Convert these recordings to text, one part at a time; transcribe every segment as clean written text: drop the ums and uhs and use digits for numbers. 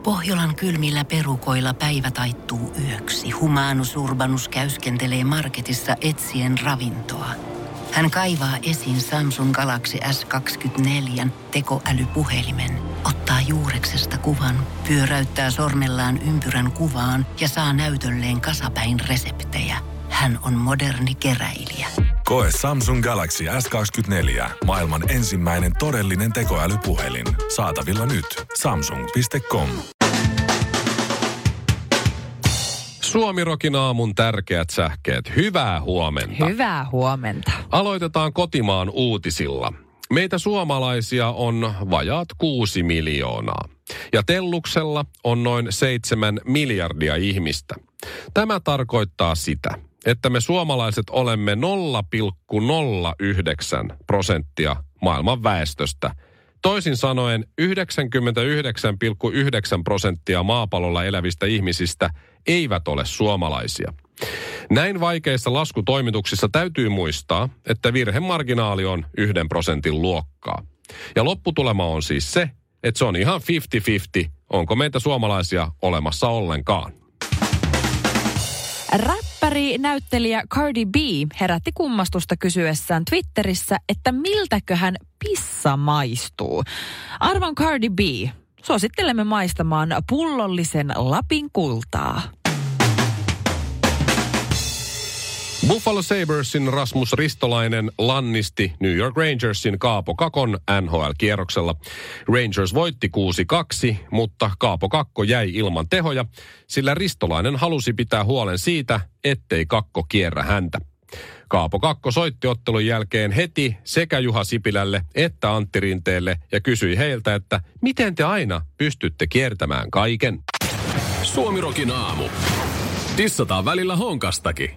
Pohjolan kylmillä perukoilla päivä taittuu yöksi. Humanus Urbanus käyskentelee marketissa etsien ravintoa. Hän kaivaa esiin Samsung Galaxy S24 tekoälypuhelimen, ottaa juureksesta kuvan, pyöräyttää sormellaan ympyrän kuvaan ja saa näytölleen kasapäin reseptejä. Hän on moderni keräilijä. Koe Samsung Galaxy S24. Maailman ensimmäinen todellinen tekoälypuhelin. Saatavilla nyt. Samsung.com. Suomi-rokin aamun tärkeät sähkeet. Hyvää huomenta. Hyvää huomenta. Aloitetaan kotimaan uutisilla. Meitä suomalaisia on vajaat 6 miljoonaa. Ja Telluksella on noin 7 miljardia ihmistä. Tämä tarkoittaa sitä, että me suomalaiset olemme 0,09% maailman väestöstä. Toisin sanoen 99,9% maapallolla elävistä ihmisistä eivät ole suomalaisia. Näin vaikeissa laskutoimituksissa täytyy muistaa, että virhemarginaali on 1% luokkaa. Ja lopputulema on siis se, että se on ihan 50-50, onko meitä suomalaisia olemassa ollenkaan. Räppäri, näyttelijä Cardi B herätti kummastusta kysyessään Twitterissä, että miltäköhän pissa maistuu. Arvon Cardi B, suosittelemme maistamaan pullollisen Lapin kultaa. Buffalo Sabresin Rasmus Ristolainen lannisti New York Rangersin Kaapo Kakon NHL-kierroksella. Rangers voitti 6-2, mutta Kaapo Kakko jäi ilman tehoja, sillä Ristolainen halusi pitää huolen siitä, ettei Kakko kierrä häntä. Kaapo Kakko soitti ottelun jälkeen heti sekä Juha Sipilälle että Antti Rinteelle ja kysyi heiltä, että miten te aina pystytte kiertämään kaiken? Suomi-rokin aamu. Tissataan välillä honkastakin.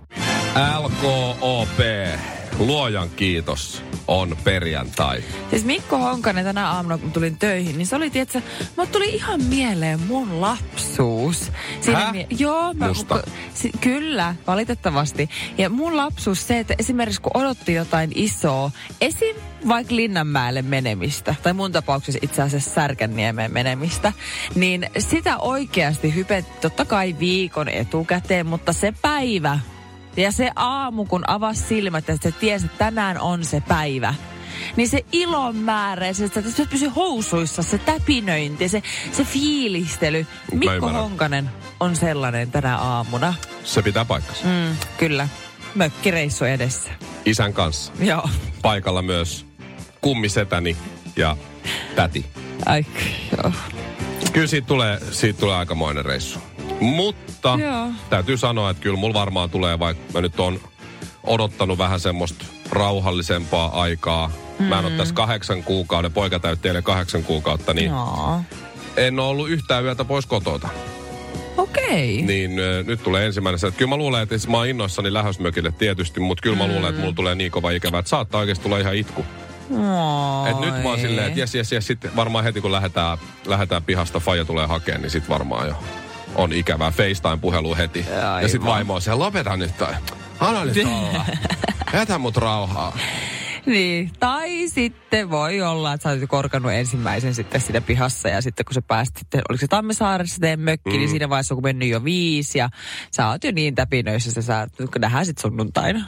LKOP, luojan kiitos, on perjantai. Siis Mikko Honkanen tänä aamuna, kun tulin töihin, niin se oli, tietsä, mä tuli ihan mieleen mun lapsuus. Joo. Kyllä, valitettavasti. Ja mun lapsuus se, että esimerkiksi kun odotti jotain isoa, esim. Vaikka Linnanmäelle menemistä, tai mun tapauksessa itse asiassa Särkänniemeen menemistä, niin sitä oikeasti hypetti totta kai viikon etukäteen, mutta se päivä ja se aamu, kun avasi silmät ja se tiesi, että tänään on se päivä, niin se ilon määrä ja se pysyy housuissa, se täpinöinti, se fiilistely. Mikko Honkanen on sellainen tänä aamuna. Se pitää paikkansa. Kyllä. Mökkireissu edessä. Isän kanssa. Joo. Paikalla myös kummisetäni ja täti. Ai, joo. Kyllä siitä tulee aikamoinen reissu. Mutta täytyy sanoa, että kyllä mulla varmaan tulee, vaikka mä nyt oon odottanut vähän semmoista rauhallisempaa aikaa. Mä en ole tässä 8 kuukauden, poika täytti eilen 8 kuukautta, niin en ole ollut yhtään yötä pois kotota. Okei. Niin nyt tulee ensimmäinen se, että kyllä mä luulen, että mä oon innoissani lähösmökille tietysti, mutta kyllä mä luulen, että mulla tulee niin kova ikävä, että saattaa oikeasti tulla ihan itku. Et nyt mä oon silleen, että jes, sitten varmaan heti kun lähdetään pihasta, faija tulee hakemaan, niin sit varmaan jo on ikävää FaceTime-puhelu heti. Ja sit vaimo on siellä, lopeta nyt tai anna nyt olla. Jätä mut rauhaa. Niin, tai sitten voi olla, että sä olet korkannut ensimmäisen sitten siinä pihassa ja sitten kun sä pääsit sitten, oliko se Tammisaaressa teidän mökki, niin siinä vaiheessa kun mennyt jo 5 ja sä oot jo niin täpinöissä, että sä nähdään sit sunnuntaina.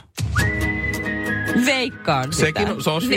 Veikkaan sitä. Sekin se on 50-50.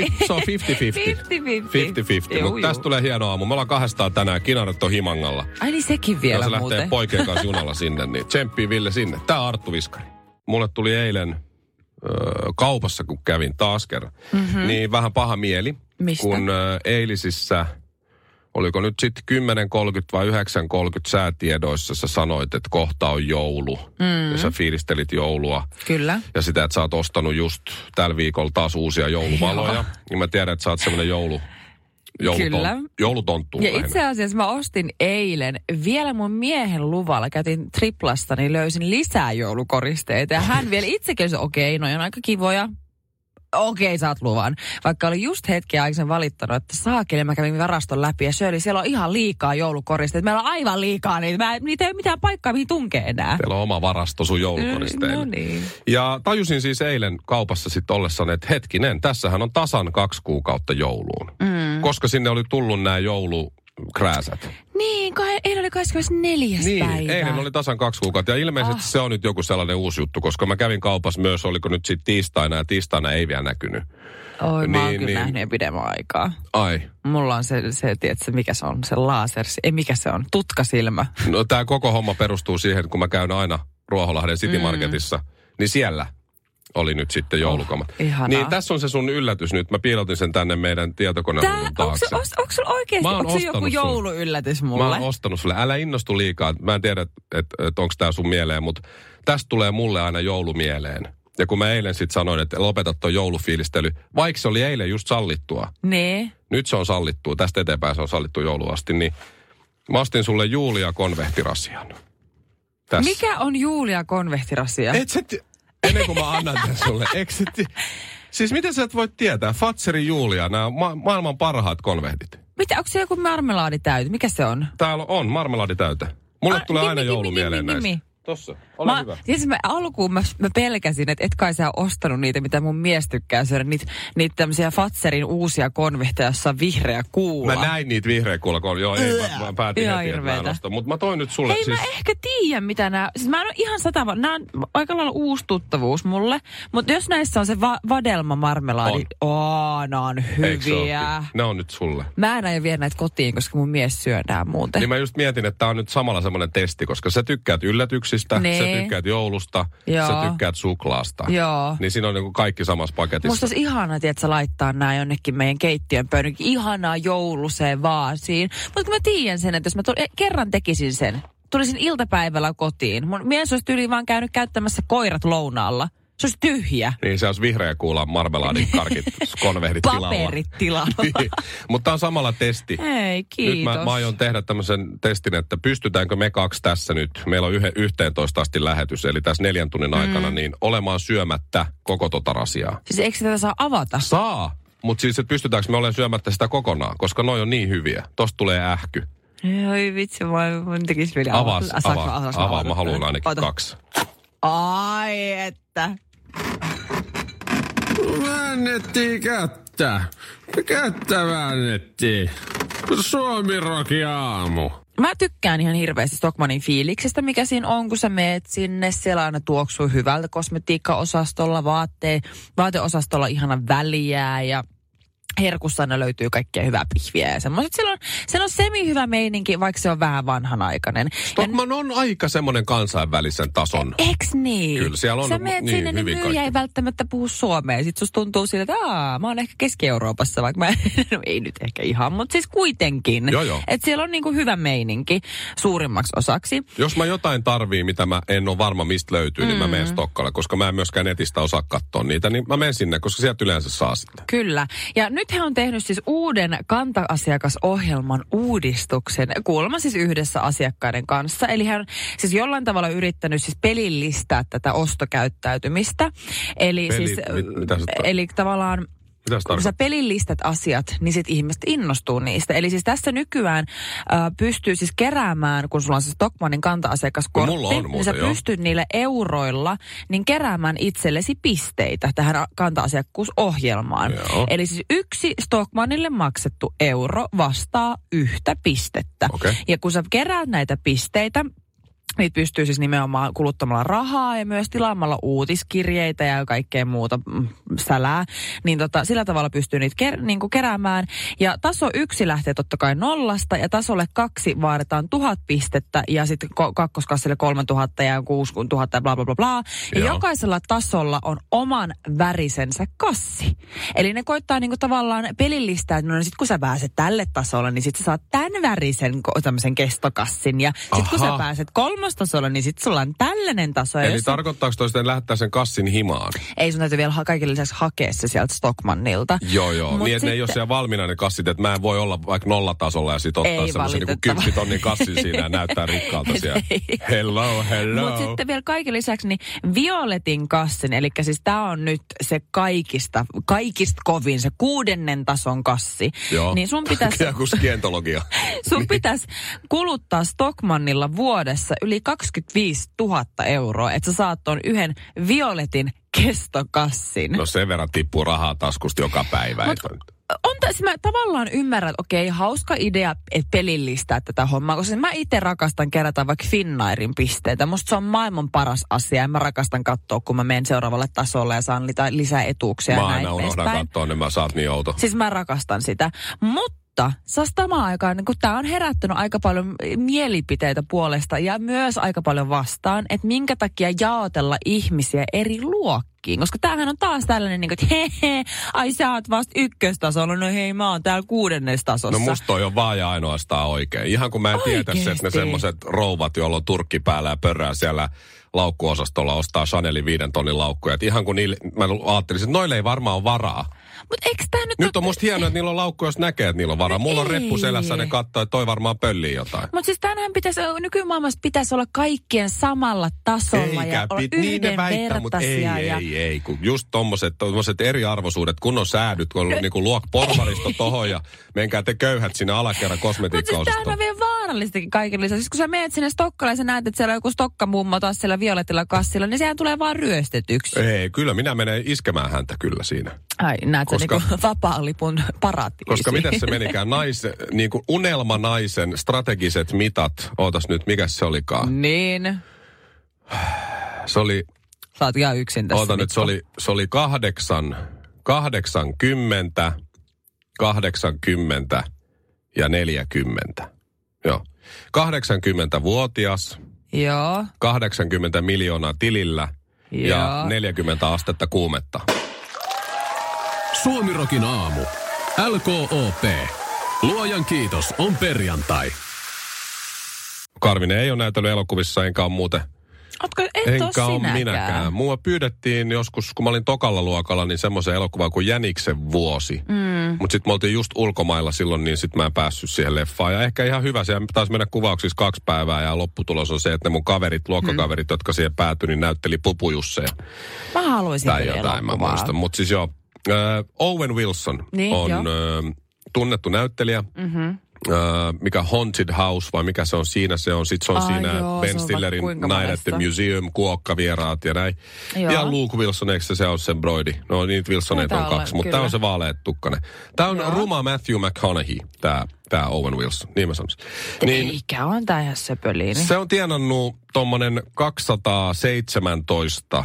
50-50, mutta tästä tulee hieno aamu. Me ollaan 2 tänään, kinaret on Himangalla. Ai niin sekin vielä muuten. muuten. Se lähtee poikien kanssa junalla sinne, niin tsemppii Ville sinne. Tää on Arttu Viskari. Mulle tuli eilen kaupassa, kun kävin taas kerran, niin vähän paha mieli. Mistä? Kun eilisissä, oliko nyt sitten 10.30 vai 9.30 säätiedoissa sä sanoit, että kohta on joulu. Ja sä fiilistelit joulua. Kyllä. Ja sitä, että sä oot ostanut just tällä viikolla taas uusia jouluvaloja. Niin mä tiedän, että sä oot semmoinen joulutonttu. Ja itse asiassa mä ostin eilen vielä mun miehen luvalla, käytin Triplasta, niin löysin lisää joulukoristeita. Ja hän vielä itsekin sanoi, okei, no on aika kivoja. Okei, saat luvan. Vaikka oli just hetken aikaisemmin valittanut, että saakeli, mä kävin varaston läpi ja Shirley, siellä on ihan liikaa joulukoristeita. Meillä on aivan liikaa niitä. Niitä ei ole mitään paikkaa, mihin tunkee enää. Teillä on oma varasto sun joulukoristeille. No niin. Ja tajusin siis eilen kaupassa sitten ollessani, että hetkinen, tässähän on tasan 2 kuukautta jouluun. Koska sinne oli tullut nämä krääsät. Niin, eilen oli 24. päivä. Niin, eilen oli tasan 2 kuukautta. Ja ilmeisesti se on nyt joku sellainen uusi juttu, koska mä kävin kaupassa myös, oliko nyt sitten tiistaina, ja tiistaina ei vielä näkynyt. Oi, mä oon kyllä nähnyt jo pidemmän aikaa. Ai. Mulla on se tiedätkö, mikä se on, se ei mikä se on, tutkasilmä. No tää koko homma perustuu siihen, kun mä käyn aina Ruoholahden City Marketissa, niin siellä oli nyt sitten joulukamat. Niin tässä on se sun yllätys nyt. Mä piilotin sen tänne meidän tietokonehuudun taakse. Onko sulla oikeasti, onko se joku jouluyllätys mulle? Mä oon ostanut sulle. Älä innostu liikaa. Mä en tiedä, että onko tää sun mieleen, mutta tästä tulee mulle aina joulumieleen. Ja kun mä eilen sitten sanoin, että lopeta toi joulufiilistely, vaikka se oli eilen just sallittua. Nee. Nyt se on sallittua. Tästä eteenpäin se on sallittu jouluasti. Niin mä ostin sulle Julia konvehtirasian. Tässä. Mikä on Julia konvehtirasia? Ennen kuin mä annan tämän sulle. Siis miten sä et voi tietää? Fatserin Julia, nämä maailman parhaat konvehdit. Mitä, onko se joku marmelaaditäyte? Mikä se on? Täällä on marmelaaditäyte. Mulle tulee aina joulumieleen näistä. Tossa, ole hyvä. Alkuun mä pelkäsin, että et kai sä ostanut niitä, mitä mun mies tykkää syödä. Niitä tämmöisiä Fatserin uusia konvehteja, jossa on vihreä kuula. Mä näin niitä vihreä kuula. Joo, ei, mä päätin heti, että mä en osta. Mutta mä toin nyt sulle. Ei mä ehkä tiedä, mitä nämä. Siis mä en ole ihan nämä on aika lailla uusi tuttavuus mulle. Mutta jos näissä on se vadelma marmelaadi. Nää on hyviä. Ne on nyt sulle. Mä en aio viedä näitä kotiin, koska mun mies syö nää muuten. Niin mä just mietin, että tää on nyt samalla semmoinen testi, koska sä tykkäät yllätyksistä. Nee. Sä tykkäät joulusta, sä tykkäät suklaasta. Joo. Niin siinä on niinku kaikki samassa paketissa. Musta olisi ihanaa, että sä laittaa nää jonnekin meidän keittiön pöydän. Ihanaa jouluseen vaasiin. Mutta kun mä tiedän sen, että jos mä kerran tekisin sen, tulisin iltapäivällä kotiin. Mun mies olisi tyyliin vaan käynyt käyttämässä koirat lounaalla. Se olisi tyhjä. Niin, se olisi vihreä kuula marmelaadin karkit, konvehdit tilalla. Paperit tilalla. Niin. Mutta tämä on samalla testi. Ei, kiitos. Nyt mä aion tehdä tämmöisen testin, että pystytäänkö me 2 tässä nyt, meillä on 11 asti lähetys, eli tässä 4 tunnin aikana, niin olemaan syömättä koko tota rasiaa. Siis eikö tätä saa avata? Saa, mutta siis että pystytäänkö me olemaan syömättä sitä kokonaan, koska noi on niin hyviä. Tosta tulee ähky. Oi vitsi, mä tekisin vielä. Avaa, mä haluan ainakin 2. Ai että. Väännettiin kättä. Kättä väännettiin. Suomi Rokin aamu. Mä tykkään ihan hirveästi Stockmannin fiiliksestä, mikä siinä on, kun sä meet sinne. Siellä aina tuoksuu hyvältä kosmetiikka-osastolla, vaateosastolla ihana väliä ja herkussa aina löytyy kaikkea hyvää pihviä ja semmoiset. Se on semi-hyvä meininki, vaikka se on vähän vanhanaikainen. Stockmann on aika semmoinen kansainvälisen tason. Eks niin? Kyllä, siellä on sä meet niin sinne, niin myyjä ei välttämättä puhu suomea. Sitten susta tuntuu siltä, että mä oon ehkä Keski-Euroopassa, vaikka mä ei nyt ehkä ihan, mutta siis kuitenkin. Joo. Että siellä on niinku hyvä meininki suurimmaksi osaksi. Jos mä jotain tarvii, mitä mä en ole varma mistä löytyy, niin mä menen Stokkalle, koska mä en myöskään netistä osaa katsoa niitä, niin mä menen sinne, koska sieltä yleensä saa sitten. Kyllä. Ja nyt he on tehnyt siis uuden kanta-asiakasohjelman uudistuksen, kuulemma siis yhdessä asiakkaiden kanssa. Eli hän on siis jollain tavalla yrittänyt siis pelillistää tätä ostokäyttäytymistä. Eli eli tavallaan kun sä pelillistät asiat, niin sit ihmiset innostuu niistä. Eli siis tässä nykyään pystyy siis keräämään, kun sulla on se Stockmannin kanta-asiakaskortti, niin sä pystyt niillä euroilla niin keräämään itsellesi pisteitä tähän kanta-asiakkuusohjelmaan. Joo. Eli siis 1 Stockmannille maksettu euro vastaa 1 pistettä. Okay. Ja kun sä keräät näitä pisteitä, niitä pystyy siis nimenomaan kuluttamalla rahaa ja myös tilaamalla uutiskirjeitä ja kaikkea muuta sälää. Niin sillä tavalla pystyy niitä keräämään. Ja taso 1 lähtee totta kai 0 ja tasolle 2 vaaditaan 1000 pistettä ja sitten kakkoskassille 3000 ja 6000 ja bla bla bla bla. Ja jokaisella tasolla on oman värisensä kassi. Eli ne koittaa niinku tavallaan pelillistää, että no sit kun sä pääset tälle tasolle, niin sit sä saat tämän värisen tämmöisen kestokassin. Ja sit kun sä pääset 3. tasolla, niin sit sulla on tällainen taso. Eli tarkoittaako toista, että lähettää sen kassin himaan? Ei, sun täytyy vielä kaikille lisäksi hakea se sieltä Stockmannilta. Joo. Niin, että ne ei ole siellä valmiina ne kassit, että mä en voi olla vaikka 0 tasolla ja sit ottaa semmoisen niin 10 tonnin kassin siinä ja näyttää rikkaalta siellä. Hello. Mutta sitten vielä kaiken lisäksi niin violetin kassin, eli siis tää on nyt se kaikista kovin, se 6. tason kassi. Joo. Niin sun pitäisi... sun pitäisi kuluttaa Stockmannilla vuodessa yli 25 000 euroa, että sä saat ton yhden violetin kestokassin. No sen verran tippuu rahaa taskusta joka päivä. Mä tavallaan ymmärrän, että okei, hauska idea pelillistää tätä hommaa, koska mä itse rakastan kerätä vaikka Finnairin pisteitä. Musta se on maailman paras asia ja mä rakastan katsoa, kun mä menen seuraavalle tasolle ja saan lisää etuuksia. Mä aina unohdan katsoa, niin mä saat niin outo. Siis mä rakastan sitä. Mutta samaan aikaan, kun tää on herättänyt aika paljon mielipiteitä puolesta ja myös aika paljon vastaan, että minkä takia jaotella ihmisiä eri luokkiin. Koska tämähän on taas tällainen, että ai sä oot vasta ykköstasolla, no hei mä oon täällä 6. tasossa. No musta toi on vaan ja ainoastaan oikein. Ihan kun mä en tietäisi, että ne semmoset rouvat, joilla on turkki päällä ja pörrää siellä laukkuosastolla ostaa Chanelin 5 tonnin laukkuja. Et ihan kun niille, mä ajattelisin, että noille ei varmaan ole varaa. Mut eikö tää nyt on musta hienoa, että niillä on laukku, jos näkee, että niillä on varaa. Mulla on reppu selässä, ne katsoo, että toi varmaan pöllii jotain. Mutta siis tänään nykymaailmassa pitäisi olla kaikkien samalla tasolla ja olla yhdenvertaisia. Ei, kun just tommoset eriarvoisuudet, kun on säädyt, kun on niinku porvaristo tohon ja menkää te köyhät sinne alakerran kosmetiikkaosastoon. Mutta siis tämähän on vielä vaarallistakin kaikille lisäksi. Siis kun sä menet sinne Stokkalle ja sä näet, että siellä on joku stokkamummo taas siellä violetilla kassilla, niin sehän tulee vaan ryöstetyksi. Ei, kyllä minä menen iskemään häntä kyllä siinä. Ai, näet sä niinku vapaa-lipun paratiisi. Koska miten se menikään? Niinku unelmanaisen strategiset mitat. Ootas nyt, mikä se olikaan? Niin. Se oli... Sä oot ihan yksin tässä. Oota nyt, se oli 80 ja 40. Joo. 80-vuotias. Joo. 80 miljoonaa tilillä. Joo. Ja 40 astetta kuumetta. Suomirokin aamu. LKOP. Luojan kiitos, on perjantai. Karvinen ei ole näytellyt elokuvissa, enkä ole muuten. Enkä ole minäkään. Mua pyydettiin joskus, kun mä olin tokalla luokalla, niin semmoisen elokuvan kuin Jäniksen vuosi. Mutta sitten me oltiin just ulkomailla silloin, niin sitten mä en päässyt siihen leffaan. Ja ehkä ihan hyvä, se taisi mennä kuvauksissa 2 päivää ja lopputulos on se, että ne mun luokkakaverit, jotka siihen päätyi, niin näytteli Pupujusseja. Mä haluaisin tai jotain, mä muistan. Mutta siis joo, Owen Wilson niin, on tunnettu näyttelijä. Mikä Haunted House vai mikä se on siinä. Se on siinä Ben Stillerin Night at the Museum, kuokkavieraat ja näin. Joo. Ja Luke Wilson, eikö se on sen broidi? No niitä Wilsoneita on 2, mutta tämä on se vaaleatukkainen. Tämä on ruma Matthew McConaughey, tämä Owen Wilson, niin mä sanoisin. Niin, ikä on tämä ihan söpöliini. Se on tienannut tommonen 217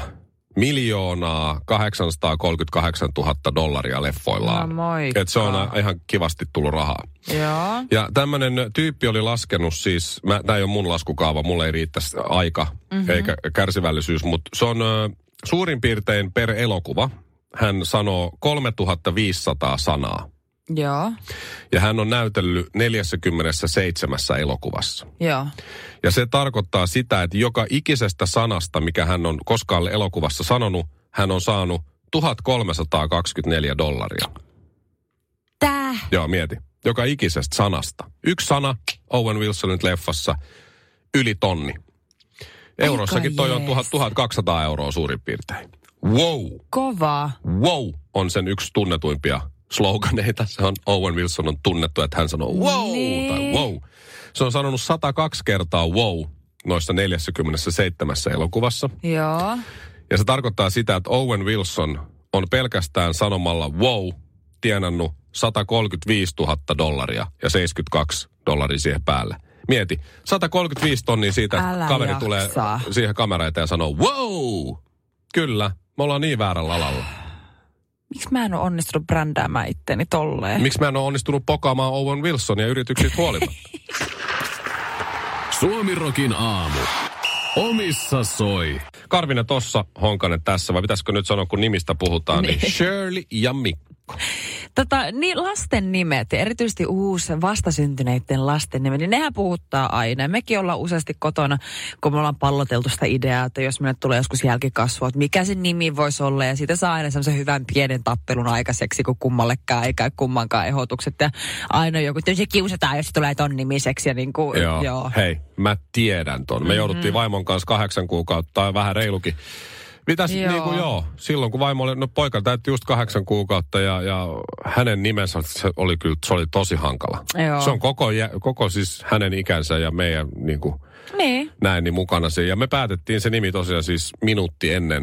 838 000 dollaria leffoillaan. Että se on ihan kivasti tullut rahaa. Joo. Ja tämmönen tyyppi oli laskenut siis, tämä ei ole mun laskukaava, mulle ei riittäisi aika eikä kärsivällisyys, mutta se on suurin piirtein per elokuva. Hän sanoo 3500 sanaa. Joo. Ja hän on näytellyt 47 elokuvassa. Joo. Ja se tarkoittaa sitä, että joka ikisestä sanasta, mikä hän on koskaan elokuvassa sanonut, hän on saanut $1,324. Tää? Joo, mieti. Joka ikisestä sanasta. Yksi sana Owen Wilsonin leffassa, yli 1 000. Eurossakin toi on 1200 euroa suurin piirtein. Wow! Kova. Wow on sen yksi tunnetuimpia sloganeita. Se on Owen Wilson on tunnettu, että hän sanoo wow tai wow. Se on sanonut 102 kertaa wow noissa 47 elokuvassa. Joo. Ja se tarkoittaa sitä, että Owen Wilson on pelkästään sanomalla wow tienannut $135,000 ja $72 siihen päälle. Mieti, 135 tonnia siitä kaveri tulee siihen kameraan eteen ja sanoo wow! Kyllä, me ollaan niin väärällä alalla. Miksi mä en ole onnistunut brändäämään itteni tolleen? Miksi mä en ole onnistunut pokaamaan Owen Wilsonia yrityksistä huolimatta? Suomirokin aamu. Omissa soi. Karvinen tossa, Honkanen tässä, vai pitäisikö nyt sanoa, kun nimistä puhutaan, niin Shirley ja Mikko. Niin lasten nimet, erityisesti vastasyntyneiden lasten nimet, niin nehän puhuttaa aina. Mekin ollaan useasti kotona, kun me ollaan palloteltu sitä ideaa, että jos meille tulee joskus jälkikasvua, että mikä se nimi voisi olla, ja siitä saa aina semmoisen hyvän pienen tappelun aikaiseksi, kun kummallekään ei käy kummankaan ehdotukset. Ja aina joku, että se kiusataan, jos se tulee ton nimiseksi. Ja niin kuin, joo. Hei, mä tiedän ton. Me jouduttiin vaimon kanssa 8 kuukautta, tai vähän reilukin. Silloin kun vaimo oli, poika täytti just 8 kuukautta ja hänen nimensä se oli tosi hankala. Joo. Se on koko siis hänen ikänsä ja meidän niin mukana se. Ja me päätettiin se nimi tosiaan siis minuutti ennen,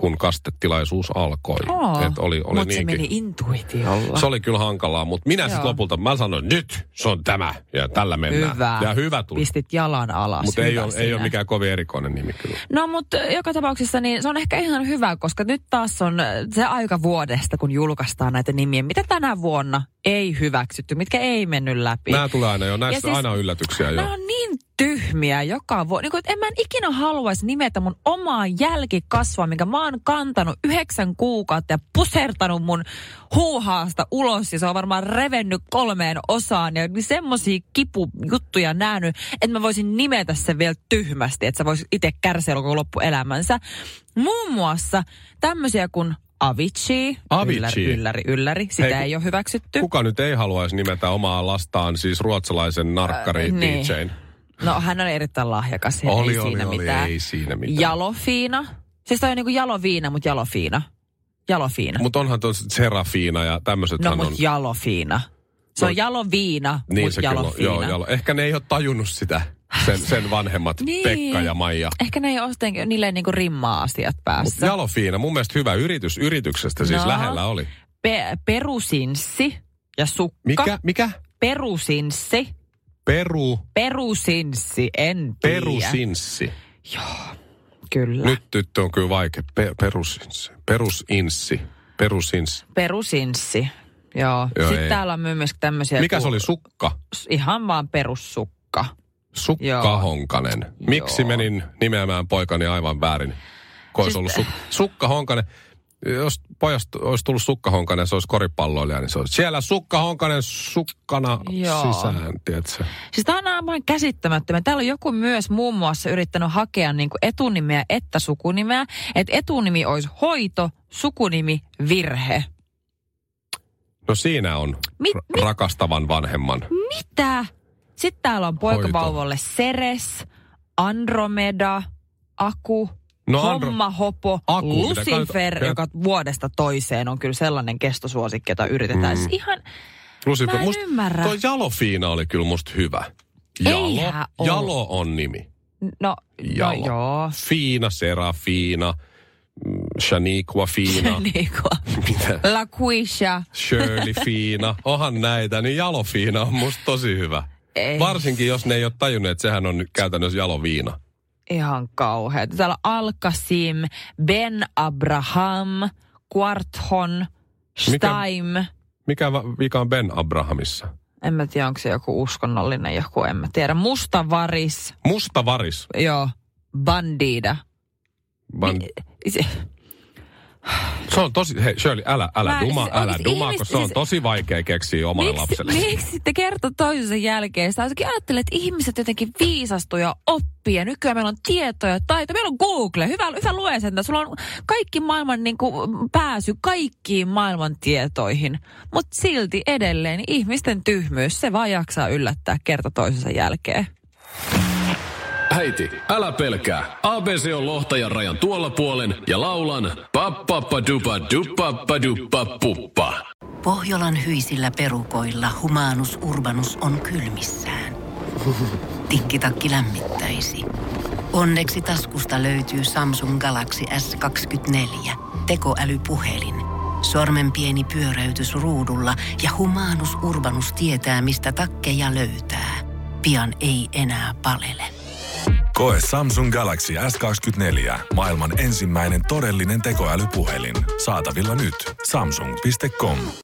kun kastetilaisuus alkoi. Oli mutta se niinkin. meni intuitiolla. Se oli kyllä hankalaa, mutta minä sitten lopulta, mä sanoin, nyt se on tämä ja tällä mennään. Hyvä. Ja hyvä tuli. Pistit jalan alas. Mutta ei ole mikään kovin erikoinen nimi kyllä. No mutta joka tapauksessa niin se on ehkä ihan hyvä, koska nyt taas on se aika vuodesta, kun julkaistaan näitä nimiä, mitä tänä vuonna ei hyväksytty, mitkä ei mennyt läpi. Nämä tulee aina jo, näissä siis, aina on yllätyksiä jo. Nämä on niin tyhmiä joka vuosi. Niin en mä ikinä haluaisi nimetä mun omaa jälkikasvua, minkä mä oon kantanut 9 kuukautta ja pusertanut mun huuhaasta ulos. Ja se on varmaan revennyt 3 osaan ja semmosia kipujuttuja nähnyt, että mä voisin nimetä sen vielä tyhmästi, että sä vois itse kärsiä koko loppuelämänsä. Muun muassa tämmöisiä kuin Avicii. Ylläri. Sitä ei ole hyväksytty. Kuka nyt ei haluaisi nimetä omaa lastaan, siis ruotsalaisen narkkari DJ:n? No hän on erittäin lahjakas, ei siinä mitään. Jalofiina. Siis toi on niinku jaloviina, mutta jalofiina. Mutta onhan tuossa Serafiina ja tämmöisethän on. No mut jalofiina. Se on jaloviina, niin mutta jalofiina. Joo, ehkä ne ei ole tajunnut sitä, sen vanhemmat niin. Pekka ja Maija. Ehkä ne ei ole niille niinku rimmaa asiat päässä. Mut jalofiina, mun mielestä hyvä yrityksestä siis lähellä oli. Perusinssi ja sukka. Mikä? Perusinssi. Perusinssi, en tiedä. Perusinssi. Joo, kyllä. Nyt on kyllä vaikea. Perusinssi. Joo. Sitten ei. Täällä on myös tämmöisiä. Mikä se oli, sukka? Ihan vaan perussukka. Sukka Honkanen. Miksi menin nimeämään poikani aivan väärin? Kun olisi ollut Sukka Honkanen. Jos pojasta olisi tullut Sukka Honkanen, se olisi koripalloilija, niin se olisi siellä Sukka Honkanen sukkana sisään, tiedätkö? Siis tämä on aivan käsittämättömän. Täällä on joku myös muun muassa yrittänyt hakea niin kuin etunimeä että sukunimeä. Että etunimi olisi hoito, sukunimi virhe. No siinä on rakastavan vanhemman. Mitä? Sitten täällä on poikavauvalle Ceres, Andromeda, Aku, Hommahopo, Lucifer, joka vuodesta toiseen on kyllä sellainen kestosuosikki, jota yritetään. Siis ihan, Lucifer, mä en ymmärrä. Toi Jalofiina oli kyllä musta hyvä. Jalo on nimi. No joo. Fiina, Serafiina, Shaniqua Fiina. Mitä? LaQuisha. Shirley Fiina. Onhan näitä, niin Jalofiina on musta tosi hyvä. Ei. Varsinkin, jos ne ei ole tajunnut, että sehän on käytännössä Jaloviina. Ihan kauheaa. Täällä on Al-Qasim, Ben Abraham, Quarthon, Staim. Mikä vika on Ben Abrahamissa? En mä tiedä, onko se joku uskonnollinen joku, en mä tiedä. Mustavaris. Mustavaris? Joo. Bandida. Se on tosi, hei Shirley, älä duma, koska se on tosi vaikea keksiä omalle lapselle. Miksi te kertoo toisensa jälkeen? Sitä olisikin ajattelee, että ihmiset jotenkin viisastuu ja oppii. Ja nykyään meillä on tietoja ja taito. Meillä on Google. Hyvä lue sen. Sulla on kaikki maailman pääsy kaikkiin maailman tietoihin. Mutta silti edelleen ihmisten tyhmyys, se vaan jaksaa yllättää kerta toisensa jälkeen. Äiti, älä pelkää. ABC on lohtajan rajan tuolla puolen ja laulan pappappadupadupappadupapuppa. Pohjolan hyisillä perukoilla Humanus Urbanus on kylmissään. Tikkitakki lämmittäisi. Onneksi taskusta löytyy Samsung Galaxy S24. Tekoälypuhelin. Sormen pieni pyöräytys ruudulla ja Humanus Urbanus tietää, mistä takkeja löytää. Pian ei enää palele. Koe Samsung Galaxy S24. Maailman ensimmäinen todellinen tekoälypuhelin. Saatavilla nyt. Samsung.com.